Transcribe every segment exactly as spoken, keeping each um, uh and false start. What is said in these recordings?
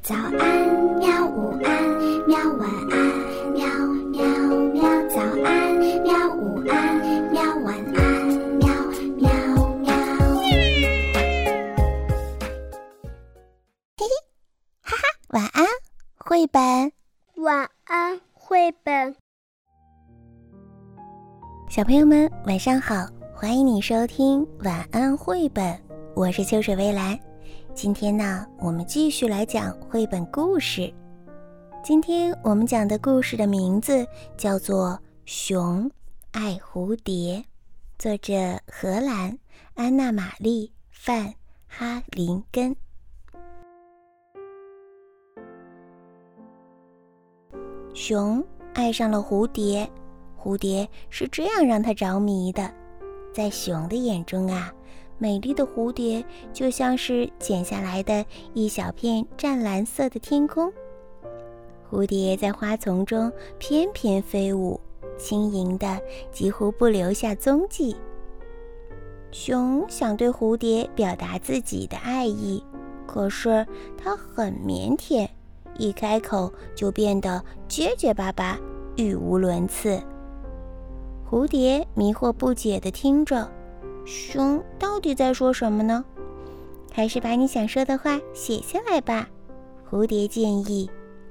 早安喵，午安喵，晚安喵喵喵，早安喵，午安喵，晚安喵喵喵。 嘿嘿，哈哈，晚安绘本。 晚安绘本。 小朋友们晚上好，欢迎你收听晚安绘本，我是秋水微澜。今天呢，我们继续来讲绘本故事。今天我们讲的故事的名字叫做《熊爱蝴蝶》，作者荷兰安娜玛丽范哈林根。熊爱上了蝴蝶，蝴蝶是这样让他着迷的。在熊的眼中啊，美丽的蝴蝶就像是剪下来的一小片湛蓝色的天空。蝴蝶在花丛中翩翩飞舞，轻盈的几乎不留下踪迹。熊想对蝴蝶表达自己的爱意，可是它很腼腆，一开口就变得结结巴巴，语无伦次。蝴蝶迷惑不解地听着，熊到底在说什么呢？还是把你想说的话写下来吧，蝴蝶建议。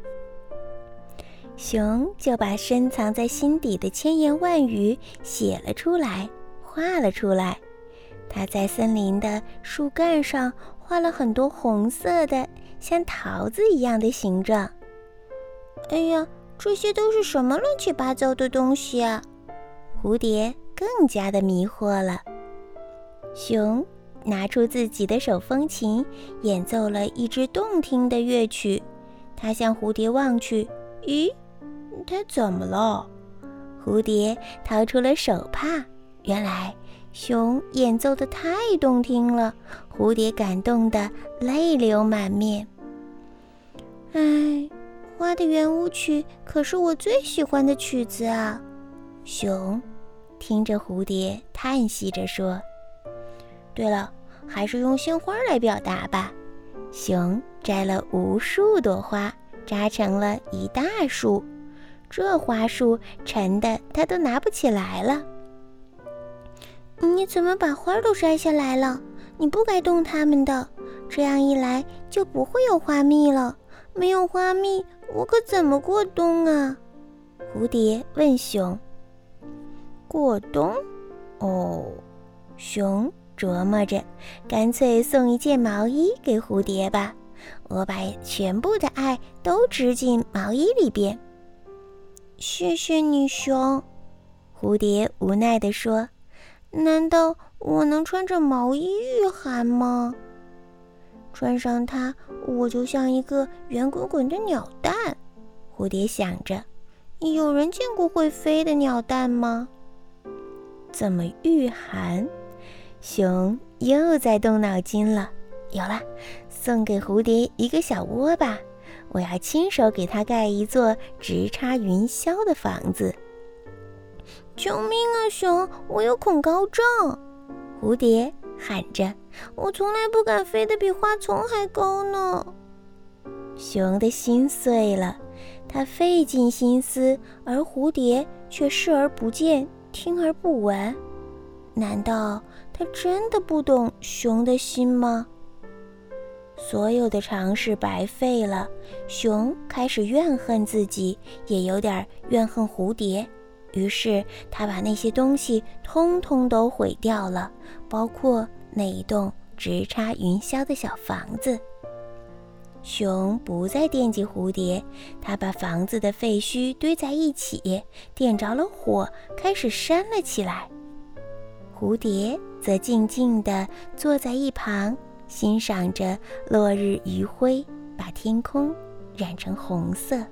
熊就把深藏在心底的千言万语写了出来，画了出来。他在森林的树干上画了很多红色的像桃子一样的形状。哎呀，这些都是什么乱七八糟的东西啊？蝴蝶更加的迷惑了。熊拿出自己的手风琴，演奏了一支动听的乐曲。他向蝴蝶望去，咦，它怎么了？蝴蝶掏出了手帕，原来熊演奏得太动听了，蝴蝶感动得泪流满面。唉，花的圆舞曲可是我最喜欢的曲子啊！熊听着蝴蝶叹息着说。对了，还是用鲜花来表达吧。熊摘了无数朵花，扎成了一大束，这花束沉的它都拿不起来了。你怎么把花都摘下来了？你不该动它们的，这样一来就不会有花蜜了。没有花蜜，我可怎么过冬啊？蝴蝶问熊。过冬？哦，熊琢磨着，干脆送一件毛衣给蝴蝶吧，我把全部的爱都织进毛衣里边。谢谢你，熊。蝴蝶无奈地说，难道我能穿着毛衣御寒吗？穿上它，我就像一个圆滚滚的鸟蛋。蝴蝶想着，有人见过会飞的鸟蛋吗？怎么御寒？熊又在动脑筋了。有了，送给蝴蝶一个小窝吧，我要亲手给它盖一座直插云霄的房子。救命啊，熊，我有恐高症！蝴蝶喊着，我从来不敢飞得比花丛还高呢。熊的心碎了，它费尽心思，而蝴蝶却视而不见，听而不闻。难道他真的不懂熊的心吗？所有的尝试白费了，熊开始怨恨自己，也有点怨恨蝴蝶。于是他把那些东西通通都毁掉了，包括那一栋直插云霄的小房子。熊不再惦记蝴蝶，他把房子的废墟堆在一起，点着了火，开始扇了起来。蝴蝶则静静地坐在一旁，欣赏着落日余晖把天空染成红色。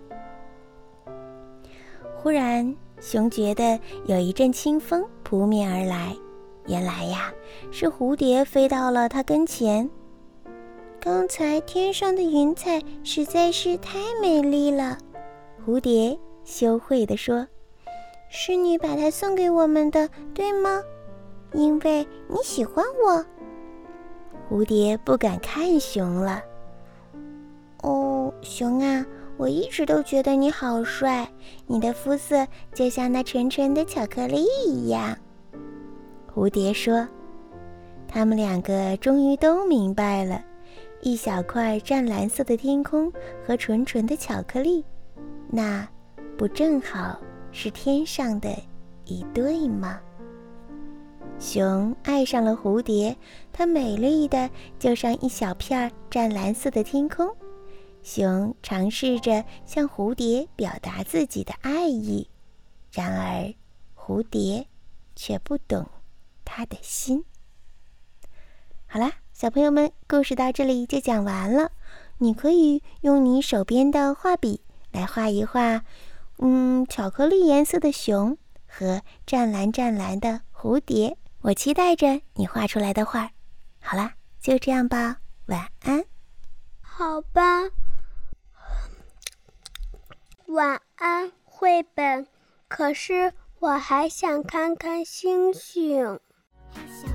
忽然，熊觉得有一阵清风扑面而来，原来呀，是蝴蝶飞到了它跟前。刚才天上的云彩实在是太美丽了，蝴蝶羞愧地说，是你把它送给我们的，对吗？因为你喜欢我。蝴蝶不敢看熊了。哦， 熊啊，我一直都觉得你好帅，你的肤色就像那纯纯的巧克力一样。蝴蝶说。他们两个终于都明白了，一小块湛蓝色的天空和纯纯的巧克力，那不正好是天上的一对吗？熊爱上了蝴蝶，它美丽的就像一小片湛蓝色的天空。熊尝试着向蝴蝶表达自己的爱意，然而蝴蝶却不懂它的心。好啦，小朋友们，故事到这里就讲完了。你可以用你手边的画笔来画一画，嗯，巧克力颜色的熊和湛蓝湛蓝的蝴蝶。我期待着你画出来的画。好啦，就这样吧，晚安。 好吧，晚安，绘本。可是我还想看看星星。 小